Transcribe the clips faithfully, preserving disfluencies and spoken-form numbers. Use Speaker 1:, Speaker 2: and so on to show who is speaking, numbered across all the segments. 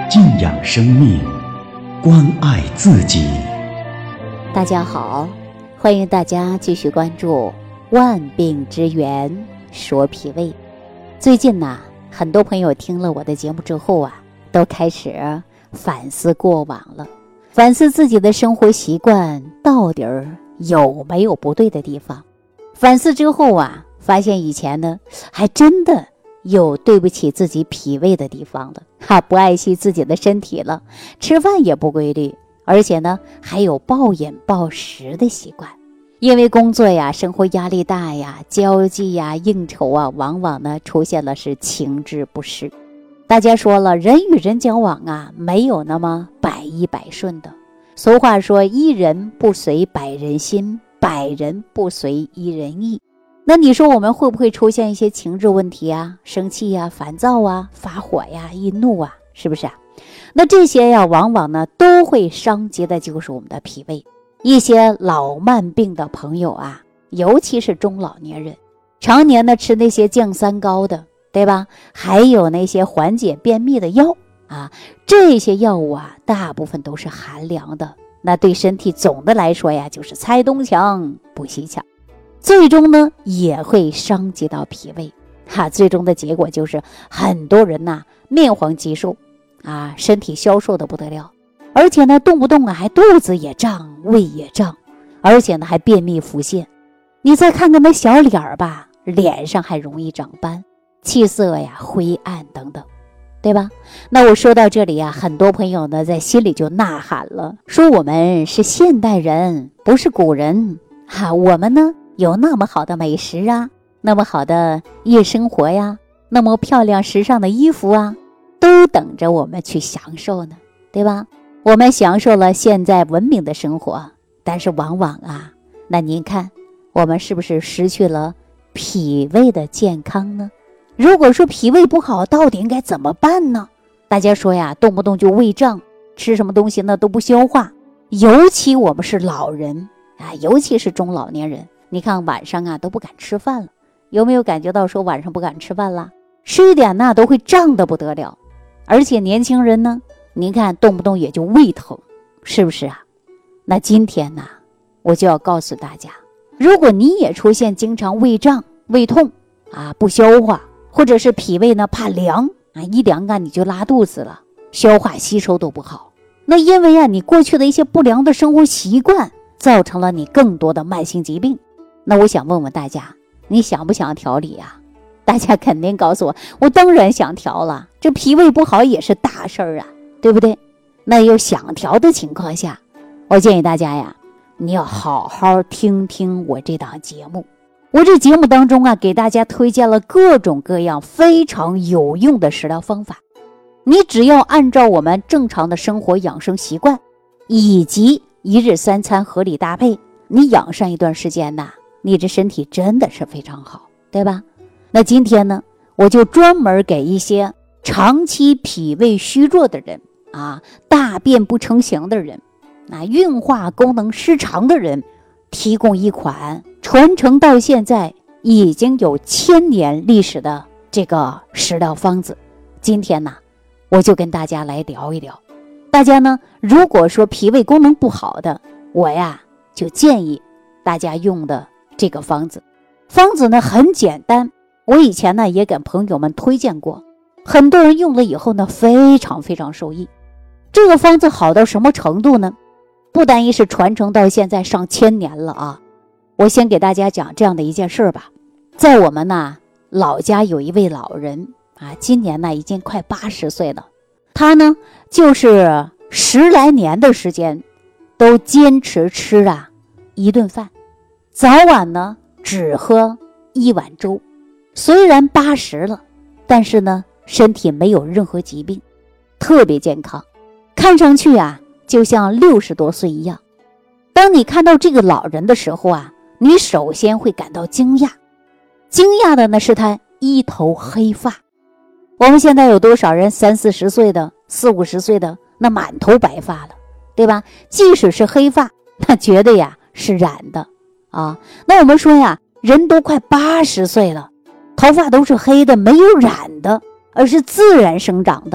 Speaker 1: 敬仰生命，关爱自己。
Speaker 2: 大家好，欢迎大家继续关注万病之源说脾胃。最近呢、啊，很多朋友听了我的节目之后啊，都开始反思过往了，反思自己的生活习惯到底有没有不对的地方。反思之后啊，发现以前呢还真的有对不起自己脾胃的地方了，哈，不爱惜自己的身体了，吃饭也不规律，而且呢还有暴饮暴食的习惯。因为工作呀，生活压力大呀，交际呀，应酬啊，往往呢出现了是情志不适。大家说了，人与人交往啊，没有那么百依百顺的。俗话说，一人不随百人心，百人不随一人意。那你说我们会不会出现一些情志问题啊，生气啊，烦躁啊，发火呀，易怒啊，是不是啊？那这些呀，往往呢都会伤及的就是我们的脾胃。一些老慢病的朋友啊，尤其是中老年人，常年的吃那些降三高的，对吧？还有那些缓解便秘的药啊，这些药物啊，大部分都是寒凉的，那对身体总的来说呀，就是拆东墙补西墙，最终呢也会伤及到脾胃哈、啊。最终的结果就是很多人呐、啊、面黄肌瘦啊，身体消瘦的不得了，而且呢动不动啊还肚子也胀，胃也胀，而且呢还便秘腹泻。你再看看那小脸儿吧，脸上还容易长斑，气色呀灰暗等等，对吧？那我说到这里啊，很多朋友呢在心里就呐喊了，说我们是现代人，不是古人哈、啊，我们呢有那么好的美食啊，那么好的夜生活呀，那么漂亮时尚的衣服啊，都等着我们去享受呢，对吧？我们享受了现在文明的生活，但是往往啊，那您看我们是不是失去了脾胃的健康呢？如果说脾胃不好，到底应该怎么办呢？大家说呀，动不动就胃胀，吃什么东西呢都不消化，尤其我们是老人啊，尤其是中老年人，你看晚上啊都不敢吃饭了，有没有感觉到说晚上不敢吃饭了？吃一点呢都会胀得不得了，而且年轻人呢，您看动不动也就胃疼，是不是啊？那今天呢，我就要告诉大家，如果你也出现经常胃胀、胃痛啊，不消化，或者是脾胃呢怕凉啊，一凉啊你就拉肚子了，消化吸收都不好，那因为啊你过去的一些不良的生活习惯，造成了你更多的慢性疾病。那我想问问大家，你想不想调理啊？大家肯定告诉我，我当然想调了，这脾胃不好也是大事儿啊，对不对？那有想调的情况下，我建议大家呀，你要好好听听我这档节目。我这节目当中啊，给大家推荐了各种各样非常有用的食疗方法，你只要按照我们正常的生活养生习惯，以及一日三餐合理搭配，你养上一段时间呐，你这身体真的是非常好，对吧？那今天呢，我就专门给一些长期脾胃虚弱的人啊，大便不成形的人啊，运化功能失常的人，提供一款传承到现在已经有千年历史的这个食疗方子。今天呢，我就跟大家来聊一聊。大家呢，如果说脾胃功能不好的，我呀就建议大家用的这个方子。方子呢很简单，我以前呢也跟朋友们推荐过，很多人用了以后呢非常非常受益。这个方子好到什么程度呢？不单一是传承到现在上千年了啊！我先给大家讲这样的一件事吧。在我们呢老家有一位老人啊，今年呢已经快八十岁了，他呢就是十来年的时间都坚持吃啊一顿饭，早晚呢只喝一碗粥。虽然八十了，但是呢身体没有任何疾病，特别健康，看上去啊就像六十多岁一样。当你看到这个老人的时候啊，你首先会感到惊讶，惊讶的呢是他一头黑发。我们现在有多少人三四十岁的、四五十岁的，那满头白发了，对吧？即使是黑发，那绝对呀是染的啊。那我们说呀，人都快八十岁了，头发都是黑的，没有染的，而是自然生长的，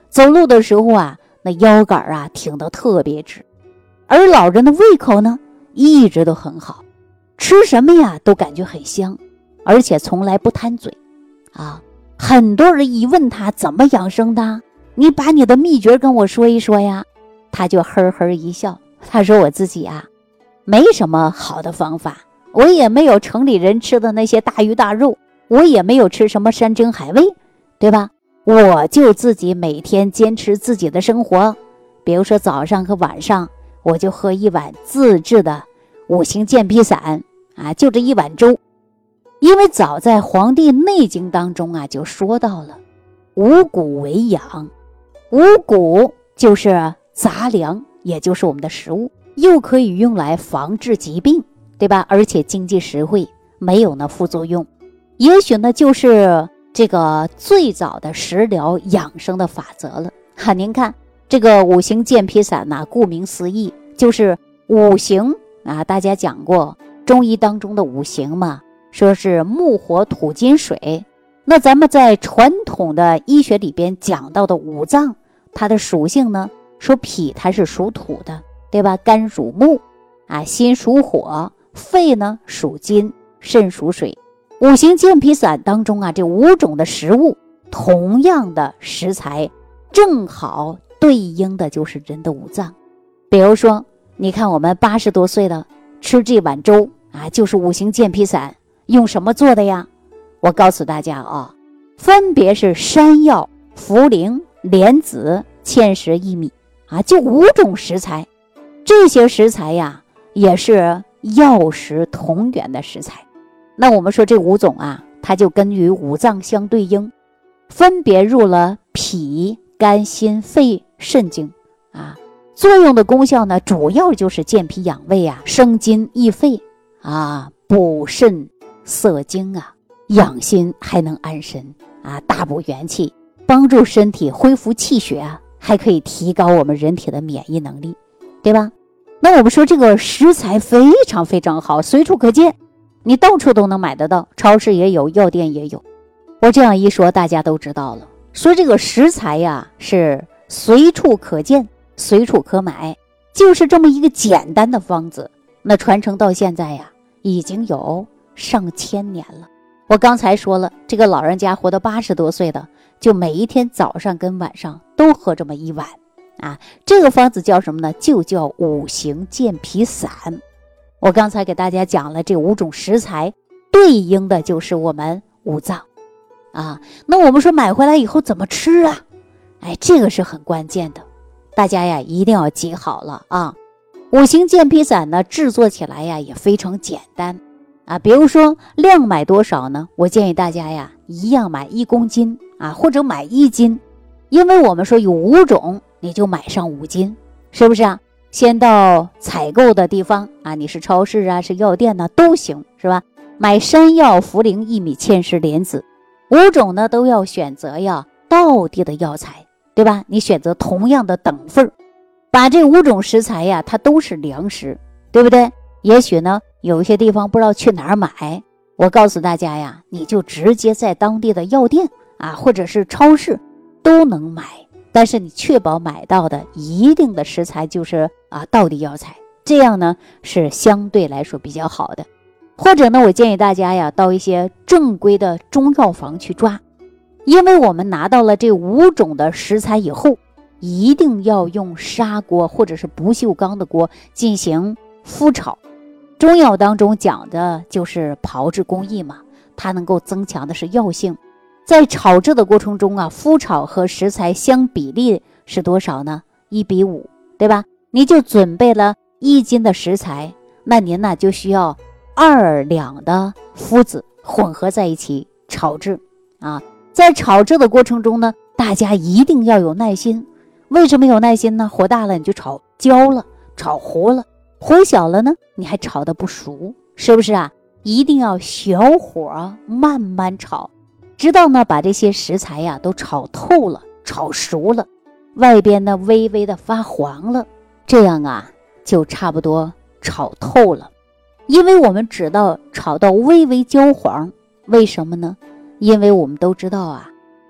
Speaker 2: 走路的时候啊，那腰杆啊挺得特别直。而老人的胃口呢，一直都很好，吃什么呀都感觉很香，而且从来不贪嘴啊。很多人一问他怎么养生的，你把你的秘诀跟我说一说呀，他就呵呵一笑，他说我自己啊没什么好的方法，我也没有城里人吃的那些大鱼大肉，我也没有吃什么山珍海味，对吧？我就自己每天坚持自己的生活，比如说早上和晚上我就喝一碗自制的五行健脾散啊，就这一碗粥。因为早在《黄帝内经》当中啊就说到了五谷为养，五谷就是杂粮，也就是我们的食物，又可以用来防治疾病，对吧？而且经济实惠，没有呢副作用。也许呢就是这个最早的食疗养生的法则了哈。您看这个五行健脾散呢，顾名思义就是五行啊，大家讲过中医当中的五行嘛，说是木火土金水。那咱们在传统的医学里边讲到的五脏，它的属性呢，说脾它是属土的，对吧？肝属木啊，心属火，肺呢属金，肾属水。五行健脾散当中啊，这五种的食物，同样的食材，正好对应的就是人的五脏。比如说你看我们八十多岁的吃这碗粥啊，就是五行健脾散，用什么做的呀？我告诉大家啊，分别是山药、茯苓、莲子、芡实、薏米啊，就五种食材。这些食材呀，也是药食同源的食材。那我们说这五种啊，它就根据五脏相对应，分别入了脾、肝、心、肺、肾经啊。作用的功效呢，主要就是健脾养胃啊，生津益肺啊，补肾涩精啊，养心还能安神啊，大补元气，帮助身体恢复气血啊，还可以提高我们人体的免疫能力，对吧？那我们说这个食材非常非常好，随处可见，你到处都能买得到，超市也有，药店也有。我这样一说大家都知道了，说这个食材呀是随处可见，随处可买，就是这么一个简单的方子，那传承到现在呀已经有上千年了。我刚才说了，这个老人家活到八十多岁的，就每一天早上跟晚上都喝这么一碗啊。这个方子叫什么呢？就叫五行健脾散。我刚才给大家讲了这五种食材，对应的就是我们五脏啊。那我们说买回来以后怎么吃啊？哎，这个是很关键的，大家呀一定要记好了啊。五行健脾散呢，制作起来呀也非常简单啊。比如说量买多少呢？我建议大家呀一样买一公斤啊，或者买一斤，因为我们说有五种，你就买上五斤，是不是啊？先到采购的地方啊，你是超市啊，是药店呢，都行，是吧？买山药、茯苓、薏米、芡实、莲子，五种呢都要选择呀道地的药材，对吧？你选择同样的等份，把这五种食材呀，它都是粮食，对不对？也许呢有一些地方不知道去哪儿买，我告诉大家呀，你就直接在当地的药店啊，或者是超市都能买。但是你确保买到的一定的食材就是啊道地药材，这样呢是相对来说比较好的。或者呢我建议大家呀到一些正规的中药房去抓，因为我们拿到了这五种的食材以后，一定要用砂锅或者是不锈钢的锅进行麸炒。中药当中讲的就是炮制工艺嘛，它能够增强的是药性。在炒制的过程中啊，麸炒和食材相比例是多少呢？一比五，对吧？你就准备了一斤的食材，那您呢就需要二两的麸子混合在一起炒制啊。在炒制的过程中呢，大家一定要有耐心。为什么有耐心呢？火大了你就炒焦了，炒糊了；火小了呢，你还炒得不熟，是不是啊？一定要小火慢慢炒。直到呢把这些食材呀都炒透了，炒熟了，外边呢微微的发黄了，这样啊就差不多炒透了。因为我们知道炒到微微焦黄，为什么呢？因为我们都知道啊，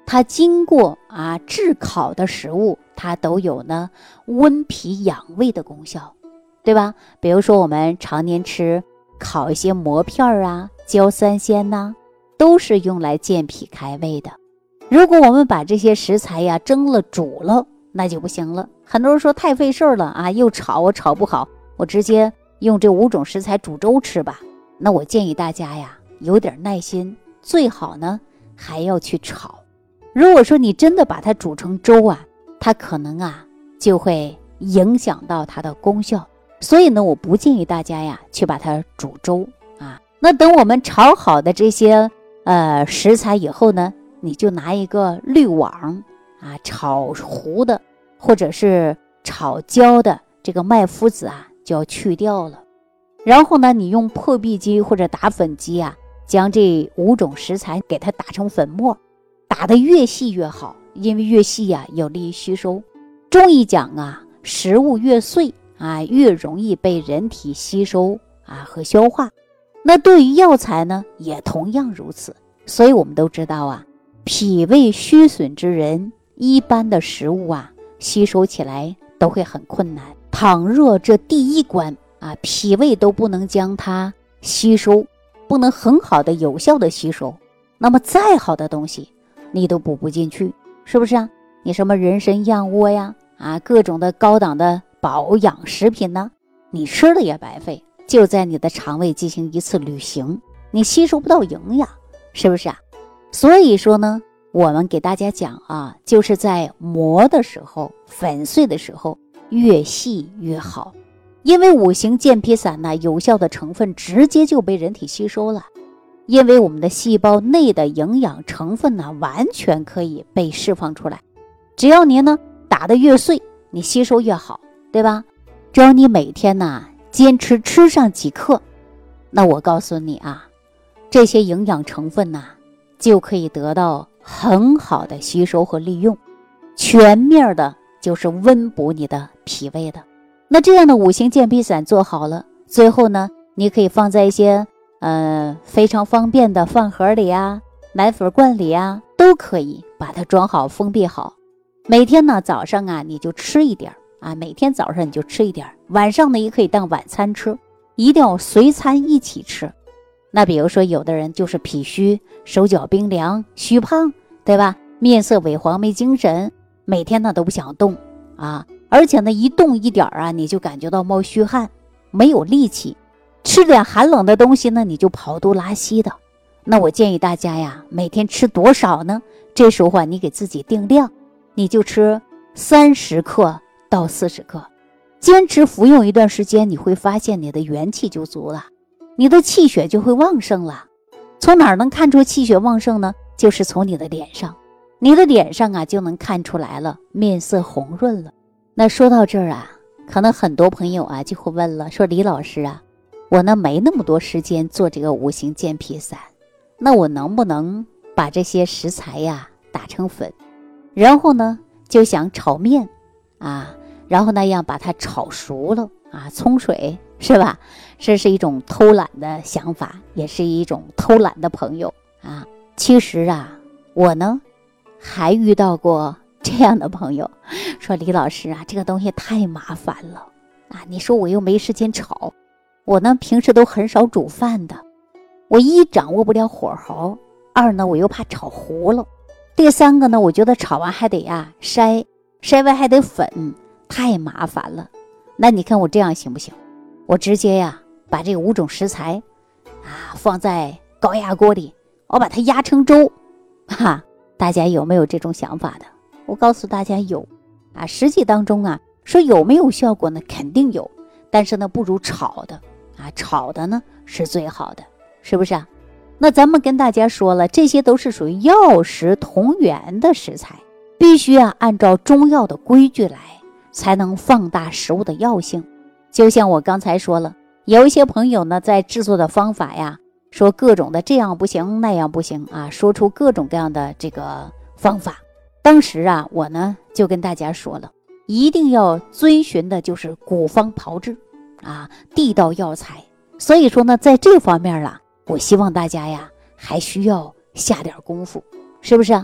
Speaker 2: 它经过啊炙烤的食物，它都有呢温脾养胃的功效，对吧？比如说我们常年吃烤一些馍片啊、焦三鲜呐、啊，都是用来健脾开胃的。如果我们把这些食材呀蒸了煮了，那就不行了。很多人说太费事了啊，又炒我炒不好，我直接用这五种食材煮粥吃吧。那我建议大家呀有点耐心，最好呢还要去炒。如果说你真的把它煮成粥啊，它可能啊就会影响到它的功效，所以呢我不建议大家呀去把它煮粥啊。那等我们炒好的这些呃食材以后呢，你就拿一个滤网啊，炒糊的或者是炒焦的这个麦麸子啊就要去掉了。然后呢你用破壁机或者打粉机啊，将这五种食材给它打成粉末，打得越细越好，因为越细啊有利于吸收。中医讲啊，食物越碎啊越容易被人体吸收啊和消化。那对于药材呢也同样如此。所以我们都知道啊，脾胃虚损之人，一般的食物啊吸收起来都会很困难。倘若这第一关啊脾胃都不能将它吸收，不能很好的有效的吸收，那么再好的东西你都补不进去，是不是啊？你什么人参燕窝呀啊各种的高档的保养食品呢，你吃了也白费，就在你的肠胃进行一次旅行，你吸收不到营养，是不是啊？所以说呢我们给大家讲啊，就是在磨的时候粉碎的时候越细越好。因为五行健脾散呢有效的成分直接就被人体吸收了，因为我们的细胞内的营养成分呢完全可以被释放出来。只要您呢打得越碎，你吸收越好，对吧？只要你每天呢坚持吃上几克，那我告诉你啊，这些营养成分呢就可以得到很好的吸收和利用，全面的就是温补你的脾胃的。那这样的五行健脾散做好了，最后呢你可以放在一些呃非常方便的饭盒里啊、奶粉罐里啊，都可以把它装好封闭好。每天呢早上啊你就吃一点啊，每天早上你就吃一点，晚上呢也可以当晚餐吃，一定要随餐一起吃。那比如说有的人就是脾虚，手脚冰凉，虚胖，对吧？面色萎黄，没精神，每天呢都不想动啊，而且呢一动一点啊你就感觉到冒虚汗，没有力气，吃点寒冷的东西呢你就跑肚拉稀的。那我建议大家呀，每天吃多少呢？这时候啊你给自己定量，你就吃三十克到四十克，坚持服用一段时间，你会发现你的元气就足了，你的气血就会旺盛了。从哪儿能看出气血旺盛呢？就是从你的脸上，你的脸上啊就能看出来了，面色红润了。那说到这儿啊，可能很多朋友啊就会问了，说李老师啊，我呢没那么多时间做这个五行健脾散，那我能不能把这些食材呀打成粉，然后呢就想炒面啊，然后那样把它炒熟了啊，冲水，是吧？这是一种偷懒的想法，也是一种偷懒的朋友啊。其实啊，我呢还遇到过这样的朋友，说李老师啊，这个东西太麻烦了啊！你说我又没时间炒，我呢平时都很少煮饭的，我一掌握不了火候，二呢我又怕炒糊了，第三个呢我觉得炒完还得呀筛，筛完还得粉，太麻烦了。那你看我这样行不行？我直接呀把这五种食材啊放在高压锅里，我把它压成粥哈。大家有没有这种想法的？我告诉大家有啊。实际当中啊说有没有效果呢？肯定有，但是呢不如炒的啊，炒的呢是最好的，是不是啊？那咱们跟大家说了，这些都是属于药食同源的食材，必须啊按照中药的规矩来，才能放大食物的药性。就像我刚才说了，有一些朋友呢在制作的方法呀，说各种的这样不行那样不行啊，说出各种各样的这个方法。当时啊我呢就跟大家说了，一定要遵循的就是古方炮制啊，地道药材。所以说呢在这方面啊，我希望大家呀还需要下点功夫，是不是啊？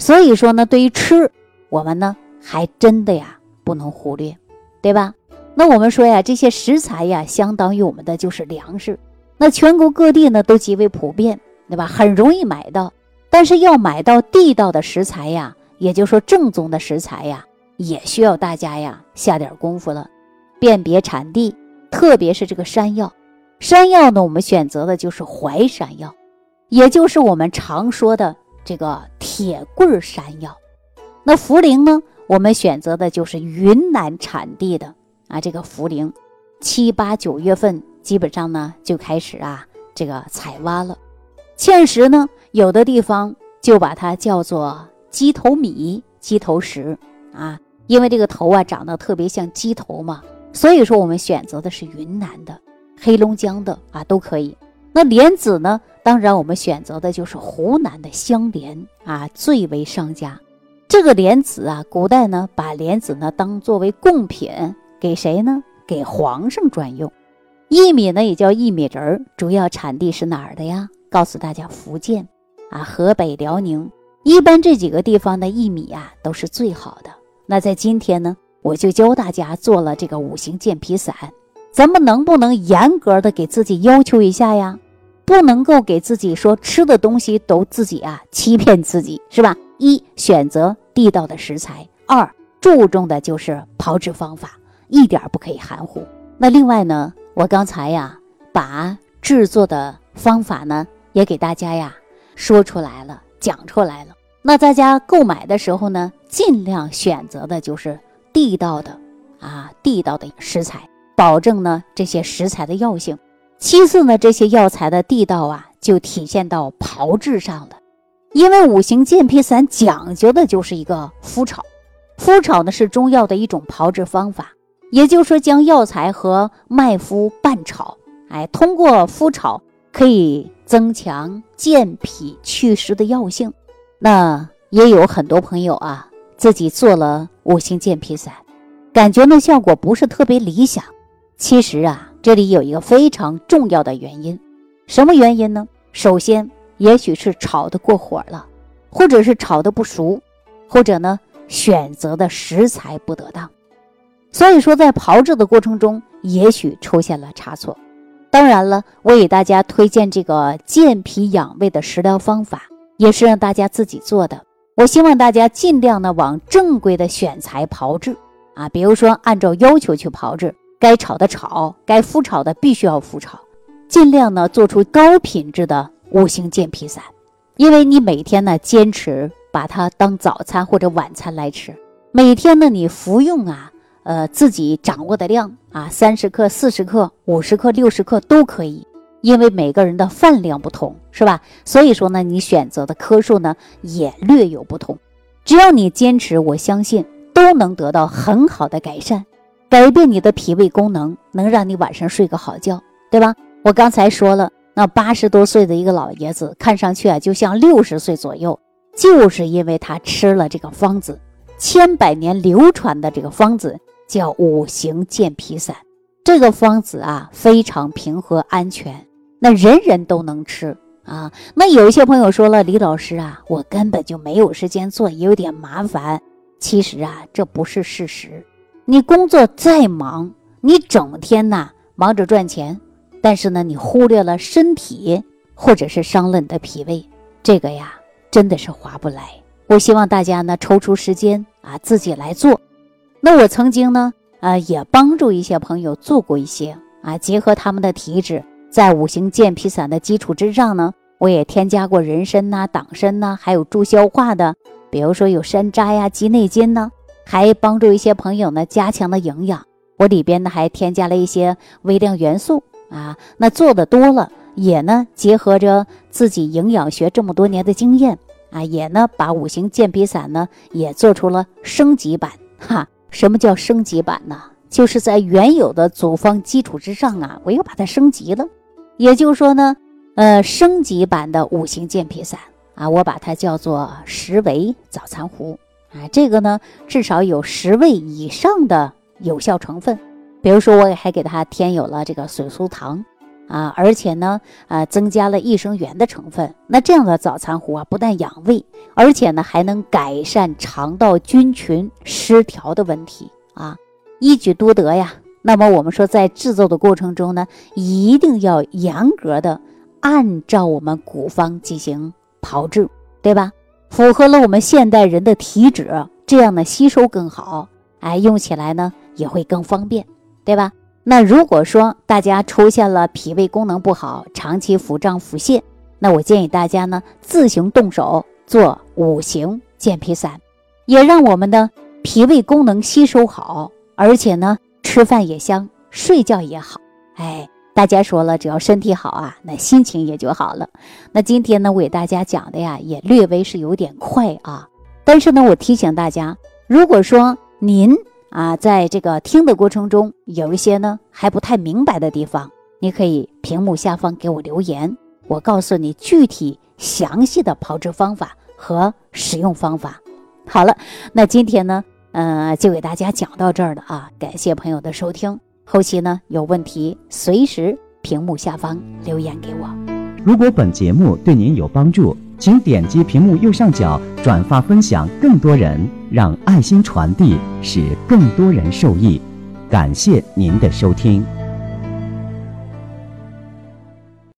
Speaker 2: 所以说呢，对于吃，我们呢还真的呀不能忽略，对吧？那我们说呀，这些食材呀，相当于我们的就是粮食。那全国各地呢都极为普遍，对吧？很容易买到，但是要买到地道的食材呀，也就是说正宗的食材呀，也需要大家呀下点功夫了。辨别产地，特别是这个山药。山药呢，我们选择的就是淮山药，也就是我们常说的这个铁棍山药。那茯苓呢，我们选择的就是云南产地的啊，这个茯苓，七八九月份基本上呢就开始啊这个采挖了。芡实呢，有的地方就把它叫做鸡头米、鸡头石啊，因为这个头啊长得特别像鸡头嘛，所以说我们选择的是云南的、黑龙江的啊都可以。那莲子呢，当然我们选择的就是湖南的香莲啊，最为上佳。这个莲子啊，古代呢把莲子呢当作为贡品给谁呢？给皇上专用。薏米呢也叫薏米仁儿，主要产地是哪儿的呀？告诉大家，福建啊、河北、辽宁，一般这几个地方的薏米啊都是最好的。那在今天呢，我就教大家做了这个五行健脾散，咱们能不能严格的给自己要求一下呀？不能够给自己说吃的东西都自己啊欺骗自己，是吧？一，选择地道的食材；二，注重的就是炮制方法，一点不可以含糊。那另外呢，我刚才呀把制作的方法呢也给大家呀说出来了，讲出来了。那大家购买的时候呢，尽量选择的就是地道的啊地道的食材，保证呢这些食材的药性。其次呢，这些药材的地道啊就体现到炮制上了。因为五行健脾散讲究的就是一个麸炒，麸炒呢是中药的一种炮制方法，也就是说将药材和麦麸拌炒，哎，通过麸炒可以增强健脾祛湿的药性。那也有很多朋友啊自己做了五行健脾散，感觉呢效果不是特别理想。其实啊这里有一个非常重要的原因，什么原因呢？首先也许是炒得过火了，或者是炒得不熟，或者呢选择的食材不得当，所以说在炮制的过程中也许出现了差错。当然了，我给大家推荐这个健脾养胃的食疗方法，也是让大家自己做的。我希望大家尽量呢往正规的选材炮制啊，比如说按照要求去炮制，该炒的炒，该麸炒的必须要麸炒，尽量呢做出高品质的五行健脾散。因为你每天呢坚持把它当早餐或者晚餐来吃，每天呢你服用啊呃自己掌握的量啊，三十克、四十克、五十克、六十克都可以，因为每个人的饭量不同，是吧？所以说呢你选择的颗数呢也略有不同。只要你坚持，我相信都能得到很好的改善，改变你的脾胃功能，能让你晚上睡个好觉，对吧？我刚才说了，那八十多岁的一个老爷子看上去啊就像六十岁左右，就是因为他吃了这个方子，千百年流传的这个方子叫五行健脾散。这个方子啊非常平和安全，那人人都能吃啊。那有一些朋友说了，李老师啊，我根本就没有时间做，也有点麻烦。其实啊这不是事实，你工作再忙，你整天呐、啊、忙着赚钱，但是呢你忽略了身体，或者是伤了你的脾胃，这个呀真的是划不来。我希望大家呢抽出时间啊自己来做。那我曾经呢呃也帮助一些朋友做过一些啊，结合他们的体质，在五行健脾散的基础之上呢，我也添加过人参呐、党参呐，还有助消化的，比如说有山楂呀、鸡内金呢，还帮助一些朋友呢加强了营养。我里边呢还添加了一些微量元素啊，那做的多了，也呢结合着自己营养学这么多年的经验啊，也呢把五行健脾散呢也做出了升级版哈。什么叫升级版呢？就是在原有的组方基础之上啊，我又把它升级了。也就是说呢呃，升级版的五行健脾散啊，我把它叫做十味早餐壶啊，这个呢至少有十味以上的有效成分。比如说我还给它添有了这个水苏糖啊，而且呢，呃，增加了益生元的成分。那这样的早餐壶啊，不但养胃，而且呢，还能改善肠道菌群失调的问题啊，一举多得呀。那么我们说，在制作的过程中呢，一定要严格的按照我们古方进行炮制，对吧？符合了我们现代人的体质，这样呢吸收更好，哎，用起来呢也会更方便，对吧？那如果说大家出现了脾胃功能不好，长期腹胀腹泻，那我建议大家呢自行动手做五行健脾散，也让我们的脾胃功能吸收好，而且呢吃饭也香，睡觉也好。哎，大家说了，只要身体好啊，那心情也就好了。那今天呢我给大家讲的呀也略微是有点快啊，但是呢我提醒大家，如果说您啊，在这个听的过程中有一些呢还不太明白的地方，你可以屏幕下方给我留言，我告诉你具体详细的炮制方法和使用方法。好了，那今天呢呃，就给大家讲到这儿了啊，感谢朋友的收听，后期呢有问题随时屏幕下方留言给我。
Speaker 1: 如果本节目对您有帮助，请点击屏幕右上角转发分享，更多人，让爱心传递，使更多人受益。感谢您的收听。